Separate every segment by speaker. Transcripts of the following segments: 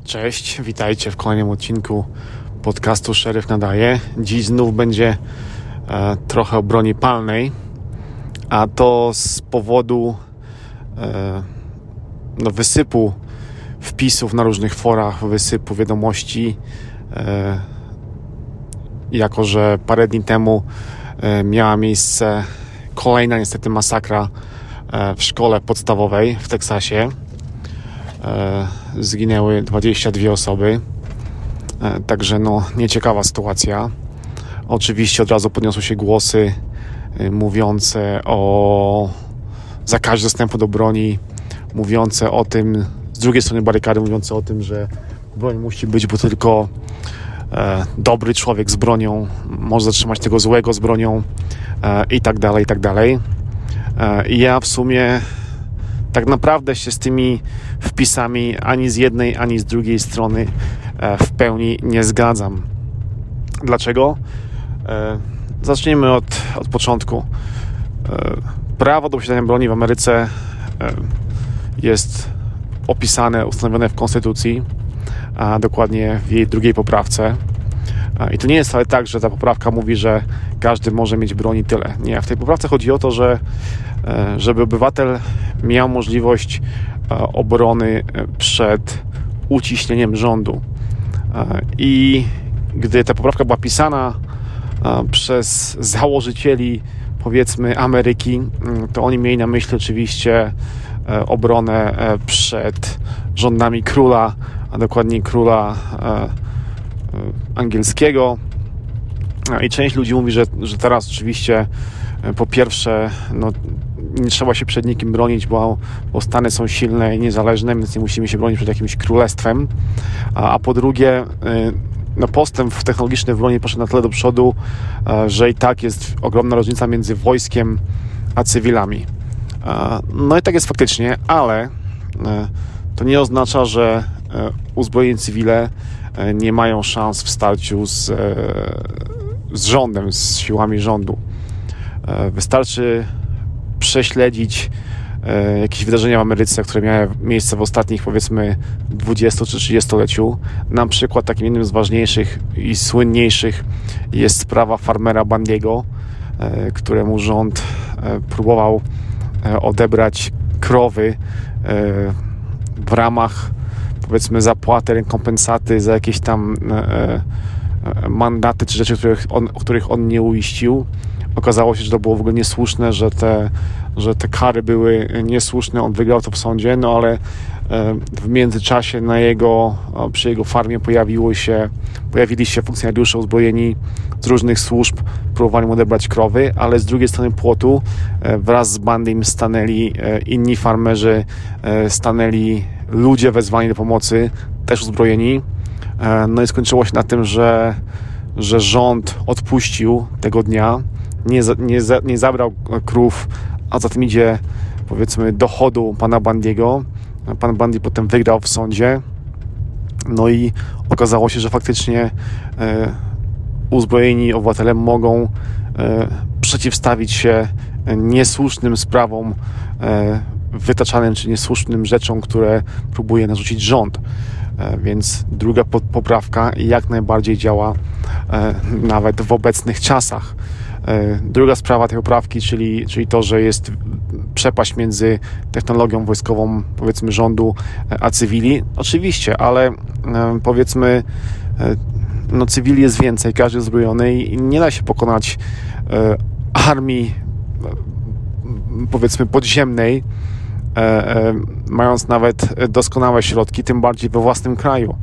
Speaker 1: Cześć, witajcie w kolejnym odcinku podcastu Szeryf Nadaje. Dziś znów będzie trochę o broni palnej, a to z powodu wysypu wpisów na różnych forach, wysypu wiadomości, jako że parę dni temu miała miejsce kolejna niestety masakra w szkole podstawowej w Teksasie. Zginęły 22 osoby, także nieciekawa sytuacja. Oczywiście od razu podniosły się głosy mówiące o zakazie dostępu do broni, mówiące o tym, z drugiej strony barykady, mówiące o tym, że broń musi być, bo tylko dobry człowiek z bronią może zatrzymać tego złego z bronią i tak dalej, i tak dalej. I ja w sumie tak naprawdę się z tymi wpisami ani z jednej, ani z drugiej strony w pełni nie zgadzam. Dlaczego? Zacznijmy od początku. Prawo do posiadania broni w Ameryce jest opisane, ustanowione w Konstytucji, a dokładnie w jej drugiej poprawce. I to nie jest wcale tak, że ta poprawka mówi, że każdy może mieć broń i tyle. Nie, w tej poprawce chodzi o to, że żeby obywatel miał możliwość obrony przed uciśnieniem rządu. I gdy ta poprawka była pisana przez założycieli, powiedzmy, Ameryki, to oni mieli na myśli oczywiście obronę przed rządami króla, a dokładniej króla angielskiego. I część ludzi mówi, że teraz oczywiście po pierwsze nie trzeba się przed nikim bronić, bo Stany są silne i niezależne, więc nie musimy się bronić przed jakimś królestwem. A po drugie, postęp technologiczny w broni poszedł na tyle do przodu, że i tak jest ogromna różnica między wojskiem a cywilami. No i tak jest faktycznie, ale to nie oznacza, że uzbrojeni cywile nie mają szans w starciu z rządem, z siłami rządu. Wystarczy prześledzić jakieś wydarzenia w Ameryce, które miały miejsce w ostatnich, powiedzmy, 20 czy 30-leciu. Na przykład takim jednym z ważniejszych i słynniejszych jest sprawa farmera Bundy'ego, któremu rząd próbował odebrać krowy w ramach, powiedzmy, zapłaty, rekompensaty za jakieś tam mandaty czy rzeczy, których on nie uiścił. Okazało się, że to było w ogóle niesłuszne, że te kary były niesłuszne. On wygrał to w sądzie, ale w międzyczasie przy jego farmie pojawili się funkcjonariusze uzbrojeni z różnych służb, próbowali mu odebrać krowy, ale z drugiej strony płotu wraz z Bundym stanęli inni farmerzy, stanęli ludzie wezwani do pomocy, też uzbrojeni. No i skończyło się na tym, że rząd odpuścił tego dnia, nie zabrał krów, a za tym idzie, powiedzmy, dochodu pana Bundy'ego. Pan Bundy potem wygrał w sądzie. No i okazało się, że faktycznie uzbrojeni obywatele mogą przeciwstawić się niesłusznym sprawom wytaczanym, czy niesłusznym rzeczom, które próbuje narzucić rząd. Więc druga poprawka jak najbardziej działa nawet w obecnych czasach. Druga sprawa tej poprawki, czyli to, że jest przepaść między technologią wojskową, powiedzmy, rządu a cywili. Oczywiście, ale powiedzmy, cywili jest więcej, każdy jest zbrojony i nie da się pokonać armii, powiedzmy, podziemnej, mając nawet doskonałe środki, tym bardziej we własnym kraju.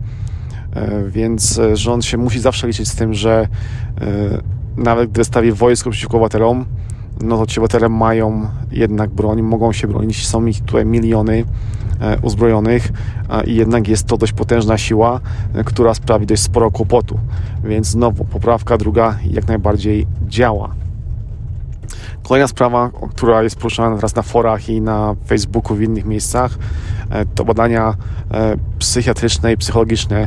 Speaker 1: Więc rząd się musi zawsze liczyć z tym, że nawet gdy stawi wojsko przeciwko obywatelom, to ci obywatele mają jednak broń, mogą się bronić, są ich tutaj miliony uzbrojonych i jednak jest to dość potężna siła, która sprawi dość sporo kłopotu. Więc znowu poprawka druga jak najbardziej działa. Kolejna sprawa, która jest poruszana teraz na forach i na Facebooku, w innych miejscach, to badania psychiatryczne i psychologiczne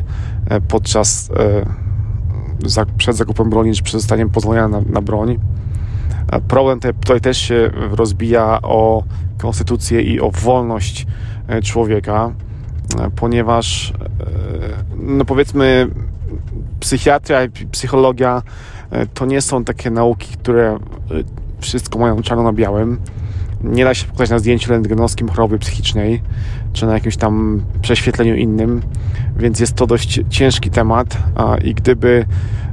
Speaker 1: przed zakupem broni, czy przed dostaniem pozwolenia na broń. Problem tutaj też się rozbija o konstytucję i o wolność człowieka, ponieważ no powiedzmy psychiatria i psychologia to nie są takie nauki, które wszystko mają czarno na białym. Nie da się pokazać na zdjęciu rentgenowskim choroby psychicznej, czy na jakimś tam prześwietleniu innym, więc jest to dość ciężki temat i gdyby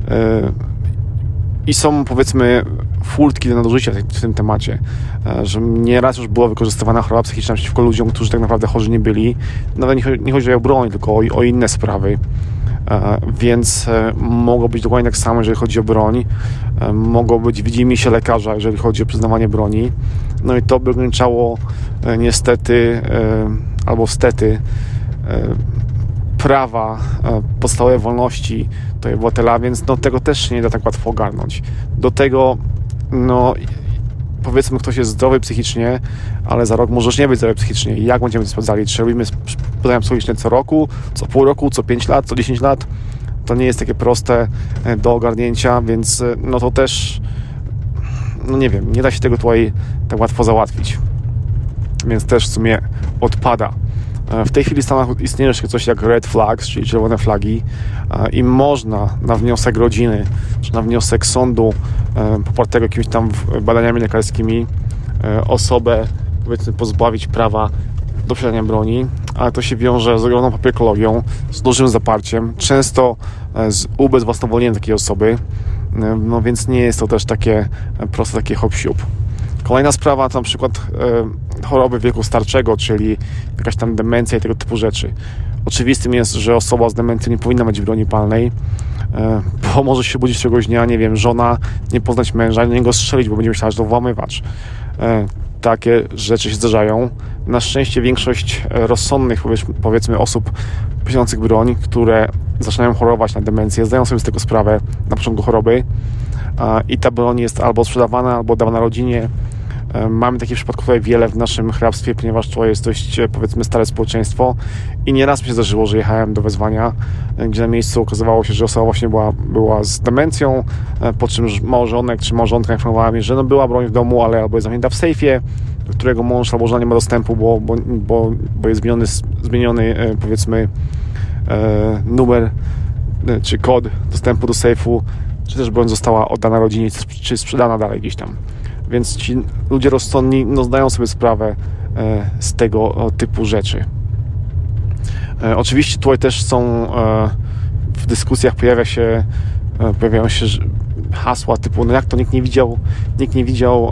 Speaker 1: i są powiedzmy furtki do nadużycia w tym temacie, że nieraz już była wykorzystywana choroba psychiczna przeciwko ludziom, którzy tak naprawdę chorzy nie byli. Nawet nie chodzi o broń, tylko o inne sprawy. Więc mogło być dokładnie tak samo, jeżeli chodzi o broń. Mogło być widzimisię lekarza, jeżeli chodzi o przyznawanie broni. No i to by ograniczało niestety albo stety prawa, podstawowe wolności do obywatela, więc no, tego też się nie da tak łatwo ogarnąć. Do tego no powiedzmy ktoś jest zdrowy psychicznie, ale za rok możesz nie być zdrowy psychicznie. I jak będziemy to sprawdzali? Czy robimy badania psychologiczne co roku, co pół roku, co 5 lat, co 10 lat? To nie jest takie proste do ogarnięcia, więc no to też no nie wiem, nie da się tego tutaj tak łatwo załatwić. Więc też w sumie odpada. W tej chwili w Stanach istnieje jeszcze coś jak red flags, czyli czerwone flagi i można na wniosek rodziny, czy na wniosek sądu popartego jakimiś tam badaniami lekarskimi osobę powiedzmy pozbawić prawa do posiadania broni, ale to się wiąże z ogromną papierkologią, z dużym zaparciem, często z ubezwłasnowolnieniem takiej osoby, no więc nie jest to też takie proste, takie hop-siup. Kolejna sprawa to na przykład choroby wieku starczego, czyli jakaś tam demencja i tego typu rzeczy. Oczywistym jest, że osoba z demencją nie powinna mieć broni palnej, bo może się budzić czegoś dnia, nie wiem, żona nie poznać męża, nie go strzelić, bo będzie myślała, że to włamywacz. Takie rzeczy się zdarzają. Na szczęście większość rozsądnych, powiedzmy, osób posiadających broń, które zaczynają chorować na demencję, zdają sobie z tego sprawę na początku choroby i ta broń jest albo sprzedawana, albo dawana rodzinie. Mamy takich przypadków tutaj wiele w naszym hrabstwie, ponieważ to jest dość, powiedzmy, stare społeczeństwo i nieraz mi się zdarzyło, że jechałem do wezwania, gdzie na miejscu okazywało się, że osoba właśnie była z demencją, po czym małżonek czy małżonka informowała mnie, że no była broń w domu, ale albo jest zamknięta w sejfie, do którego mąż albo żona nie ma dostępu, bo jest zmieniony powiedzmy numer czy kod dostępu do sejfu, czy też broń została oddana rodzinie, czy sprzedana dalej gdzieś tam. Więc ci ludzie rozsądni no, zdają sobie sprawę z tego typu rzeczy. Oczywiście tutaj też są w dyskusjach pojawiają się hasła typu no jak to nikt nie widział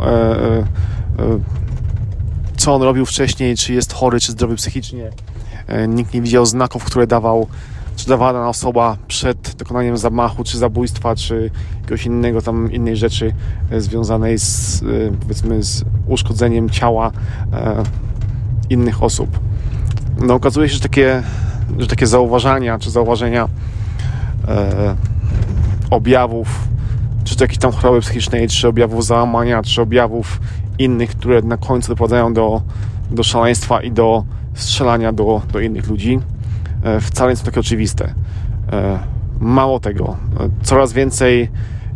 Speaker 1: co on robił wcześniej, czy jest chory, czy zdrowy psychicznie. Nikt nie widział znaków, które dawała dana osoba przed dokonaniem zamachu, czy zabójstwa, czy jakiegoś innej rzeczy związanej z, powiedzmy, z uszkodzeniem ciała innych osób. No okazuje się, że takie zauważenia objawów, czy to jakiejś tam choroby psychicznej, czy objawów załamania, czy objawów innych, które na końcu doprowadzają do szaleństwa i do strzelania do innych ludzi, wcale nie są takie oczywiste. Mało tego, coraz więcej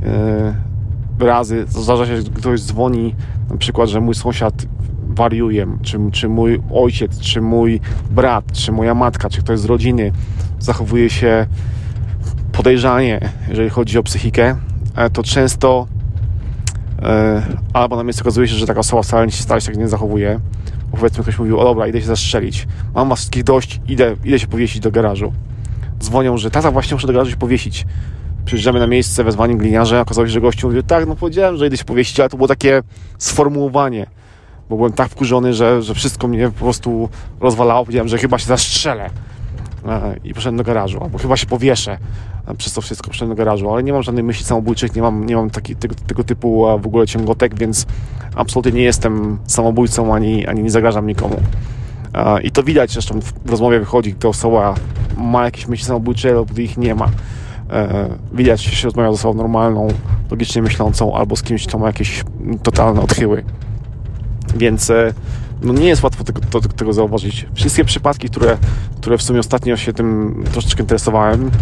Speaker 1: razy zdarza się, że ktoś dzwoni, na przykład, że mój sąsiad wariuje, czy mój ojciec, czy mój brat, czy moja matka, czy ktoś z rodziny zachowuje się podejrzanie, jeżeli chodzi o psychikę, to często albo na miejscu okazuje się, że taka osoba wcale się tak nie zachowuje. Bo powiedzmy ktoś mówił, o dobra, idę się zastrzelić, mam was wszystkich dość, idę się powiesić do garażu. Dzwonią, że tata, właśnie muszę do garażu się powiesić. Przyjeżdżamy na miejsce, wezwani gliniarze, okazało się, że gościu mówi, tak, no powiedziałem, że idę się powiesić, ale to było takie sformułowanie, bo byłem tak wkurzony, że wszystko mnie po prostu rozwalało, powiedziałem, że chyba się zastrzelę i poszedłem do garażu, albo chyba się powieszę przez to wszystko, poszedłem do garażu, ale nie mam żadnych myśli samobójczych, nie mam tego typu w ogóle ciągotek, więc absolutnie nie jestem samobójcą, ani nie zagrażam nikomu. I to widać, zresztą w rozmowie wychodzi, gdy osoba ma jakieś myśli samobójcze, lub gdy ich nie ma. Widać, że się rozmawia z osobą normalną, logicznie myślącą, albo z kimś, kto ma jakieś totalne odchyły. Więc no nie jest łatwo tego zauważyć. Wszystkie przypadki, które w sumie ostatnio się tym troszeczkę interesowałem,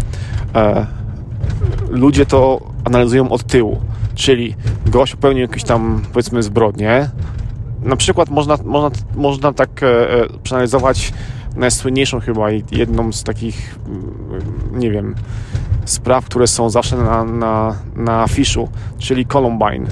Speaker 1: ludzie to analizują od tyłu. Czyli gość popełnił jakieś tam, powiedzmy, zbrodnie. Na przykład można tak przeanalizować najsłynniejszą chyba i jedną z takich, nie wiem, spraw, które są zawsze na afiszu, czyli Columbine.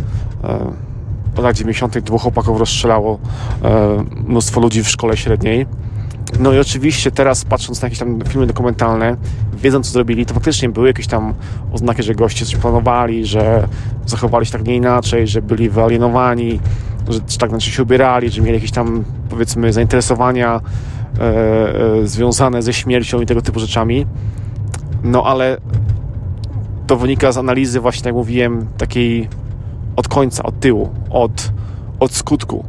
Speaker 1: W latach 90. 2 chłopaków rozstrzelało mnóstwo ludzi w szkole średniej. No i oczywiście teraz, patrząc na jakieś tam filmy dokumentalne, wiedząc co zrobili, to faktycznie były jakieś tam oznaki, że goście coś planowali, że zachowali się tak nie inaczej, że byli wyalienowani, że tak inaczej się ubierali, że mieli jakieś tam, powiedzmy, zainteresowania związane ze śmiercią i tego typu rzeczami. No ale to wynika z analizy, właśnie tak jak mówiłem, takiej od końca, od tyłu, od skutku,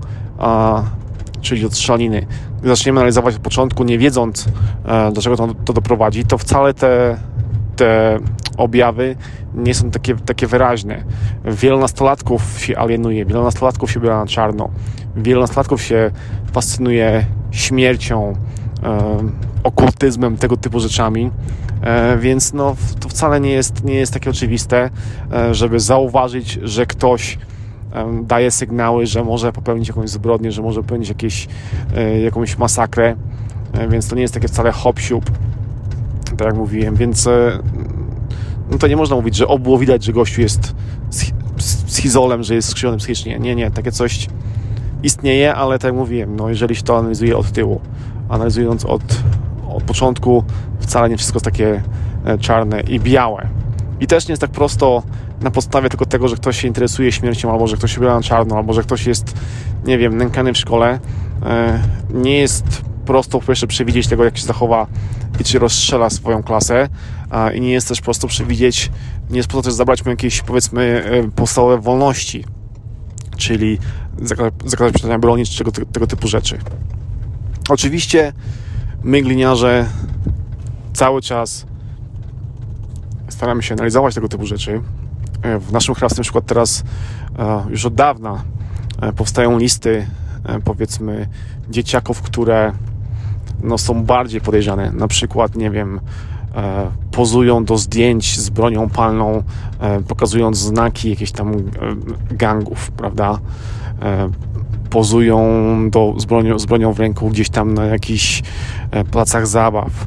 Speaker 1: czyli od strzelaniny. Gdy zaczniemy analizować od początku, nie wiedząc, do czego to doprowadzi, to wcale te objawy nie są takie wyraźne. Wielu nastolatków się alienuje, wielu nastolatków się ubiera na czarno, wielu nastolatków się fascynuje śmiercią, okultyzmem, tego typu rzeczami, więc no, to wcale nie jest takie oczywiste, żeby zauważyć, że ktoś daje sygnały, że może popełnić jakąś zbrodnię, że może popełnić jakąś masakrę, więc to nie jest takie wcale hop-siup, tak jak mówiłem, więc no to nie można mówić, że było widać, że gościu jest schizolem, że jest skrzywiony psychicznie. Nie, takie coś istnieje, ale tak jak mówiłem, no jeżeli się to analizuje od tyłu, analizując od początku, wcale nie wszystko jest takie czarne i białe. I też nie jest tak prosto na podstawie tylko tego, że ktoś się interesuje śmiercią, albo że ktoś się ubiera na czarno, albo że ktoś jest, nie wiem, nękany w szkole. Nie jest prosto po pierwsze przewidzieć tego, jak się zachowa i czy rozstrzela swoją klasę, i nie jest też prosto przewidzieć, nie jest prosto też zabrać mu jakieś, powiedzmy, podstawowe wolności, czyli zakazać posiadania broni czy tego typu rzeczy. Oczywiście my, gliniarze, cały czas staramy się analizować tego typu rzeczy. W naszym hrabstwie na przykład teraz już od dawna powstają listy, powiedzmy, dzieciaków, które no, są bardziej podejrzane. Na przykład, nie wiem, pozują do zdjęć z bronią palną, pokazując znaki jakichś tam gangów, prawda? Pozują z bronią w ręku gdzieś tam na jakichś placach zabaw.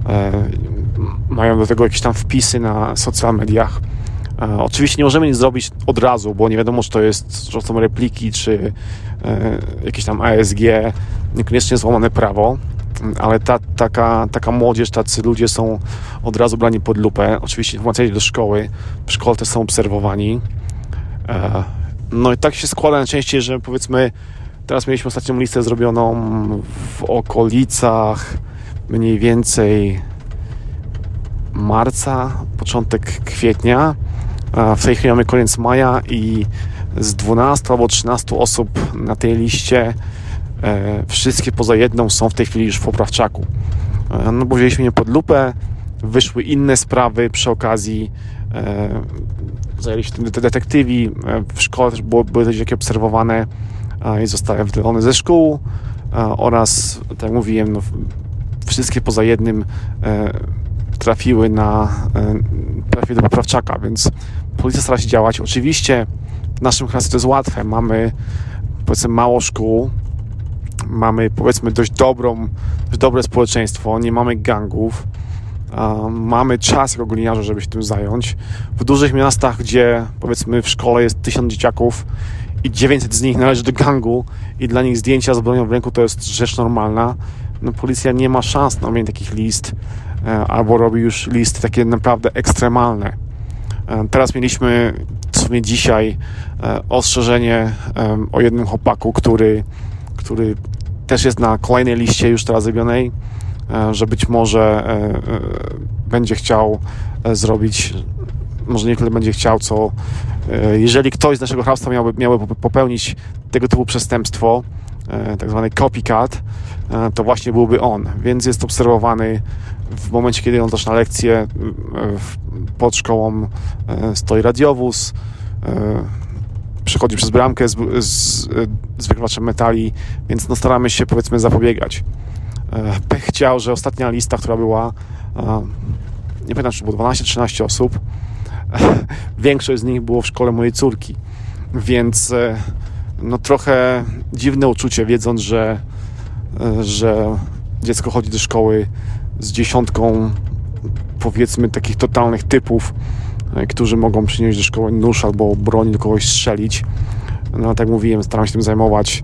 Speaker 1: Mają do tego jakieś tam wpisy na social mediach. Oczywiście nie możemy nic zrobić od razu, bo nie wiadomo, czy to są repliki, czy jakieś tam ASG, niekoniecznie złamane prawo, ale taka młodzież, tacy ludzie są od razu brani pod lupę. Oczywiście informacje do szkoły, w szkole też są obserwowani. No i tak się składa najczęściej, że powiedzmy, teraz mieliśmy ostatnią listę zrobioną w okolicach mniej więcej marca, początek kwietnia. W tej chwili mamy koniec maja i z 12 albo 13 osób na tej liście wszystkie poza jedną są w tej chwili już w poprawczaku. No bo wzięliśmy je pod lupę, wyszły inne sprawy przy okazji, zajęli się tym detektywi, w szkole też były te dzieciaki obserwowane i zostały wydalone ze szkół oraz, tak jak mówiłem, no, wszystkie poza jednym trafiły do poprawczaka, więc policja stara się działać. Oczywiście w naszym klasie to jest łatwe. Mamy, powiedzmy, mało szkół, mamy, powiedzmy, dość dobre społeczeństwo, nie mamy gangów, mamy czas jako gliniarze, żeby się tym zająć. W dużych miastach, gdzie, powiedzmy, w szkole jest 1000 dzieciaków i 900 z nich należy do gangu i dla nich zdjęcia z bronią w ręku to jest rzecz normalna, no policja nie ma szans na robienie takich list, albo robi już listy takie naprawdę ekstremalne. Teraz mieliśmy w sumie dzisiaj ostrzeżenie o jednym chłopaku, który też jest na kolejnej liście już teraz zrobionej, że być może będzie chciał zrobić, może nie tyle będzie chciał, co jeżeli ktoś z naszego hrabstwa miałby popełnić tego typu przestępstwo, tak zwany copycat, to właśnie byłby on, więc jest obserwowany w momencie, kiedy on zaczyna lekcję. Pod szkołą stoi radiowóz, przechodzi przez bramkę z wykrywaczem metali, więc no staramy się, powiedzmy, zapobiegać. Pech chciał, że ostatnia lista, która była, nie pamiętam, czy było 12-13 osób, większość z nich było w szkole mojej córki, więc no trochę dziwne uczucie, wiedząc, że dziecko chodzi do szkoły z dziesiątką, powiedzmy, takich totalnych typów, którzy mogą przynieść do szkoły nóż albo broń, do kogoś strzelić. No tak jak mówiłem, staram się tym zajmować,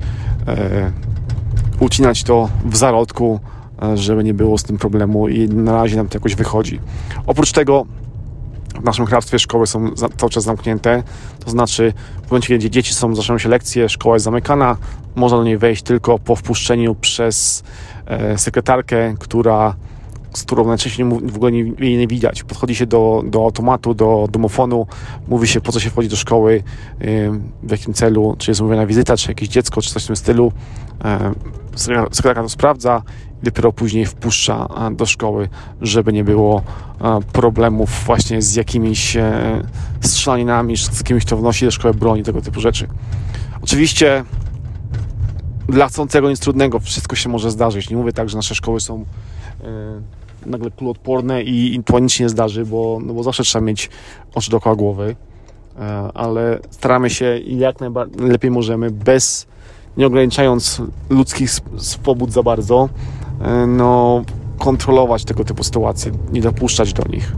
Speaker 1: ucinać to w zarodku, żeby nie było z tym problemu i na razie nam to jakoś wychodzi. Oprócz tego w naszym hrabstwie szkoły są cały czas zamknięte, to znaczy w momencie, kiedy zaczynają się lekcje, szkoła jest zamykana, można do niej wejść tylko po wpuszczeniu przez sekretarkę, z którą najczęściej w ogóle jej nie widać. Podchodzi się do automatu, do domofonu, mówi się, po co się wchodzi do szkoły, w jakim celu, czy jest umówiona wizyta, czy jakieś dziecko, czy coś w tym stylu. Sekretarka to sprawdza i dopiero później wpuszcza do szkoły, żeby nie było problemów właśnie z jakimiś strzelaninami, z kimś, kto wnosi do szkoły broni, tego typu rzeczy. Oczywiście dla chcącego nic trudnego, wszystko się może zdarzyć. Nie mówię tak, że nasze szkoły są nagle kuloodporne i to nic się nie zdarzy, bo zawsze trzeba mieć oczy dookoła głowy, ale staramy się jak najlepiej możemy, nie ograniczając ludzkich swobód za bardzo, kontrolować tego typu sytuacje, nie dopuszczać do nich.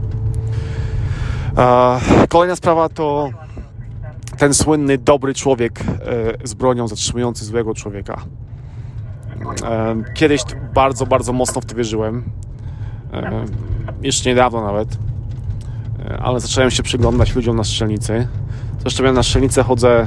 Speaker 1: Kolejna sprawa to ten słynny dobry człowiek z bronią zatrzymujący złego człowieka. Kiedyś bardzo, bardzo mocno w to wierzyłem. Jeszcze niedawno nawet. Ale zacząłem się przyglądać ludziom na strzelnicy. Zresztą ja na strzelnicę chodzę,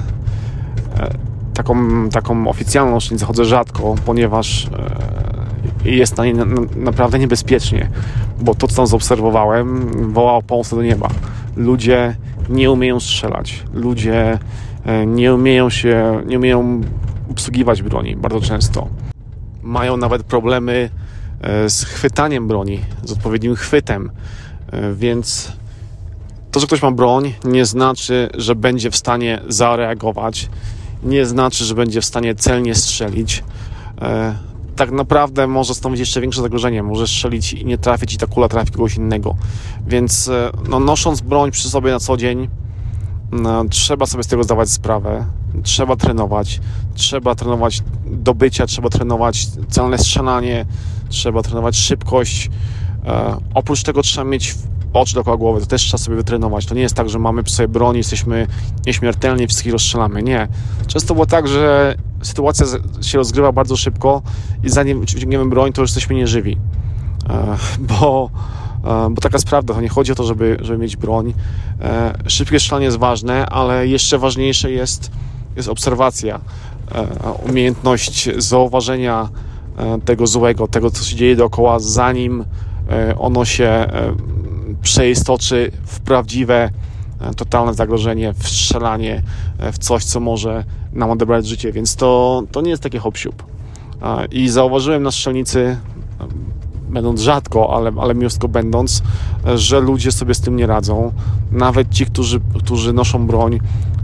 Speaker 1: taką oficjalną strzelnicę chodzę rzadko, ponieważ jest na niej naprawdę niebezpiecznie. Bo to, co tam zaobserwowałem, wołało pomstę do nieba. Ludzie nie umieją strzelać. Ludzie nie umieją obsługiwać broni bardzo często. Mają nawet problemy z chwytaniem broni, z odpowiednim chwytem, więc to, że ktoś ma broń, nie znaczy, że będzie w stanie zareagować, nie znaczy, że będzie w stanie celnie strzelić. Tak naprawdę może stanowić jeszcze większe zagrożenie, może strzelić i nie trafić i ta kula trafi kogoś innego, więc nosząc broń przy sobie na co dzień, trzeba sobie z tego zdawać sprawę, trzeba trenować dobycia, trzeba trenować celne strzelanie, trzeba trenować szybkość. Oprócz tego trzeba mieć oczy dookoła głowy, to też trzeba sobie wytrenować. To nie jest tak, że mamy przy sobie broń, jesteśmy nieśmiertelni i wszystkich rozstrzelamy. Nie. Często było tak, że sytuacja się rozgrywa bardzo szybko i zanim wyciągniemy broń, to już jesteśmy nieżywi. Bo taka jest prawda, to nie chodzi o to, żeby mieć broń. Szybkie strzelanie jest ważne, ale jeszcze ważniejsze jest obserwacja, umiejętność zauważenia tego złego, tego, co się dzieje dookoła, zanim ono się przeistoczy w prawdziwe, totalne zagrożenie, w strzelanie, w coś, co może nam odebrać życie, więc to nie jest takie hop-siup. I zauważyłem na strzelnicy, będąc rzadko, ale mimo wszystko będąc, że ludzie sobie z tym nie radzą. Nawet ci, którzy noszą broń,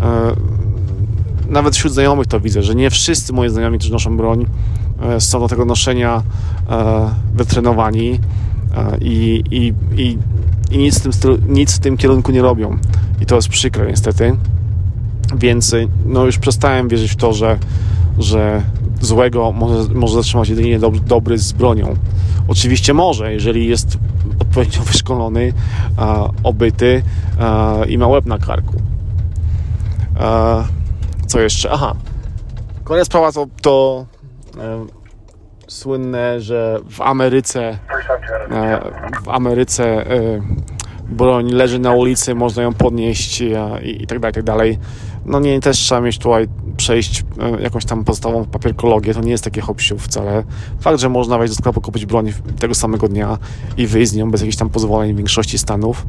Speaker 1: nawet wśród znajomych to widzę, że nie wszyscy moi znajomi, którzy noszą broń, są do tego noszenia wytrenowani i nic w tym kierunku nie robią. I to jest przykre niestety. Więc już przestałem wierzyć w to, że złego może zatrzymać jedynie dobry z bronią. Oczywiście może, jeżeli jest odpowiednio wyszkolony, obyty i ma łeb na karku. Co jeszcze? Kolejna sprawa to słynne, że w Ameryce broń leży na ulicy, można ją podnieść i tak dalej. Nie, też trzeba mieć tutaj przejść jakąś tam podstawową papierkologię, to nie jest takie hop-siup wcale. Fakt, że można wejść do sklepu, kupić broń tego samego dnia i wyjść z nią bez jakichś tam pozwoleń w większości stanów,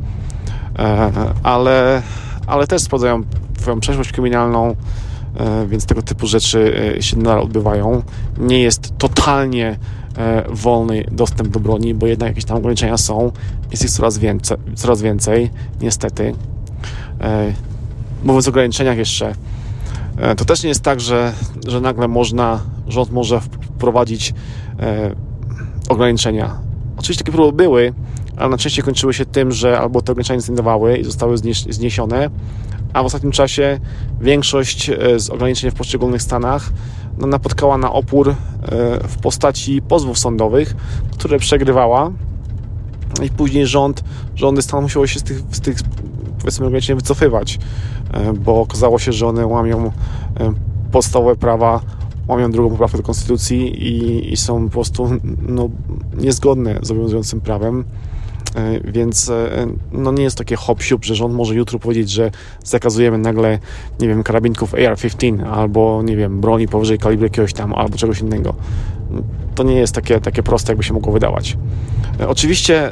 Speaker 1: ale też sprawdzają twoją przeszłość kryminalną, więc tego typu rzeczy się nadal odbywają. Nie jest totalnie wolny dostęp do broni, bo jednak jakieś tam ograniczenia są. Jest ich coraz więcej, niestety. Mówiąc o ograniczeniach jeszcze, to też nie jest tak, że nagle rząd może wprowadzić ograniczenia. Oczywiście takie próby były, ale najczęściej kończyły się tym, że albo te ograniczenia znajdowały i zostały zniesione, a w ostatnim czasie większość z ograniczeń w poszczególnych stanach napotkała na opór w postaci pozwów sądowych, które przegrywała i później rządy Stanów musiały się z tych powiedzmy ograniczeń wycofywać, bo okazało się, że one łamią podstawowe prawa, łamią drugą poprawkę do konstytucji i są po prostu niezgodne z obowiązującym prawem. Więc nie jest takie hop-siup, że rząd może jutro powiedzieć, że zakazujemy nagle, nie wiem, karabinków AR-15 albo, nie wiem, broni powyżej kalibru jakiegoś tam, albo czegoś innego. To nie jest takie proste, jakby się mogło wydawać. Oczywiście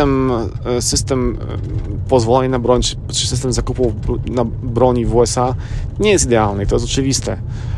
Speaker 1: system pozwolenia na broń, czy system zakupu na broni w USA nie jest idealny, to jest oczywiste,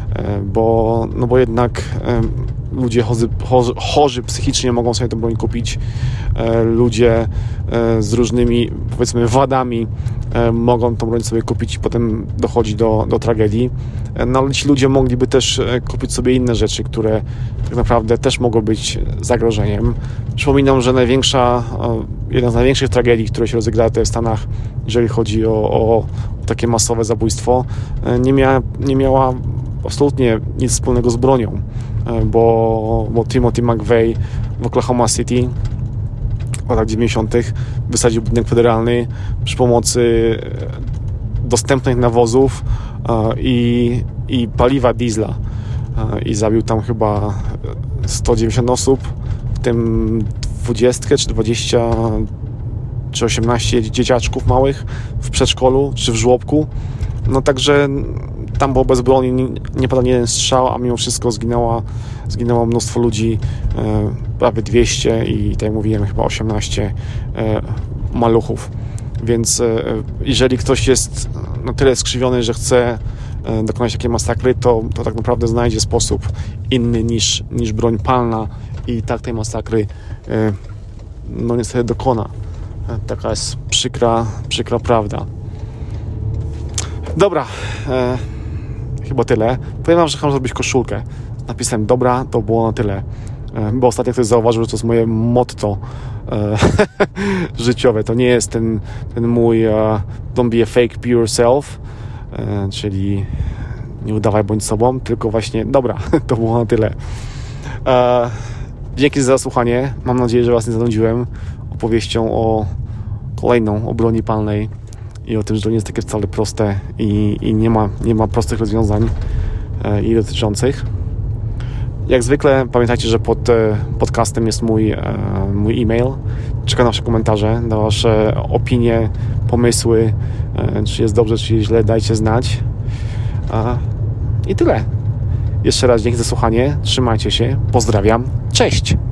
Speaker 1: bo jednak ludzie chorzy psychicznie mogą sobie tę broń kupić, ludzie z różnymi, powiedzmy, wadami mogą tą broń sobie kupić i potem dochodzi do tragedii. Ale ci ludzie mogliby też kupić sobie inne rzeczy, które tak naprawdę też mogą być zagrożeniem. Przypominam, że jedna z największych tragedii, które się rozegrały tutaj w Stanach, jeżeli chodzi o takie masowe zabójstwo, nie miała absolutnie nic wspólnego z bronią, bo Timothy McVeigh w Oklahoma City w latach 90. wysadził budynek federalny przy pomocy dostępnych nawozów i paliwa diesla i zabił tam chyba 190 osób, w tym 20 czy 20 czy 18 dzieciaczków małych w przedszkolu czy w żłobku. Także tam było bez broni, nie padł jeden strzał, a mimo wszystko zginęło mnóstwo ludzi, prawie 200 i tak jak mówiłem, chyba 18 maluchów. Więc jeżeli ktoś jest na tyle skrzywiony, że chce dokonać takiej masakry, to tak naprawdę znajdzie sposób inny niż broń palna i tak tej masakry niestety dokona. Taka jest przykra prawda. Dobra, chyba tyle. Powiem wam, że chcę zrobić koszulkę z napisem dobra, to było na tyle. Bo ostatnio ktoś zauważył, że to jest moje motto życiowe. To nie jest ten mój don't be a fake, be yourself, czyli nie udawaj bądź sobą, tylko właśnie dobra, to było na tyle. Dzięki za słuchanie. Mam nadzieję, że was nie zanudziłem opowieścią o broni palnej i o tym, że to nie jest takie wcale proste i nie ma prostych rozwiązań i dotyczących. Jak zwykle pamiętajcie, że pod podcastem jest mój e-mail. Czekam na wasze komentarze, na wasze opinie, pomysły, czy jest dobrze, czy źle, dajcie znać. I tyle. Jeszcze raz dzięki za słuchanie, trzymajcie się, pozdrawiam, cześć!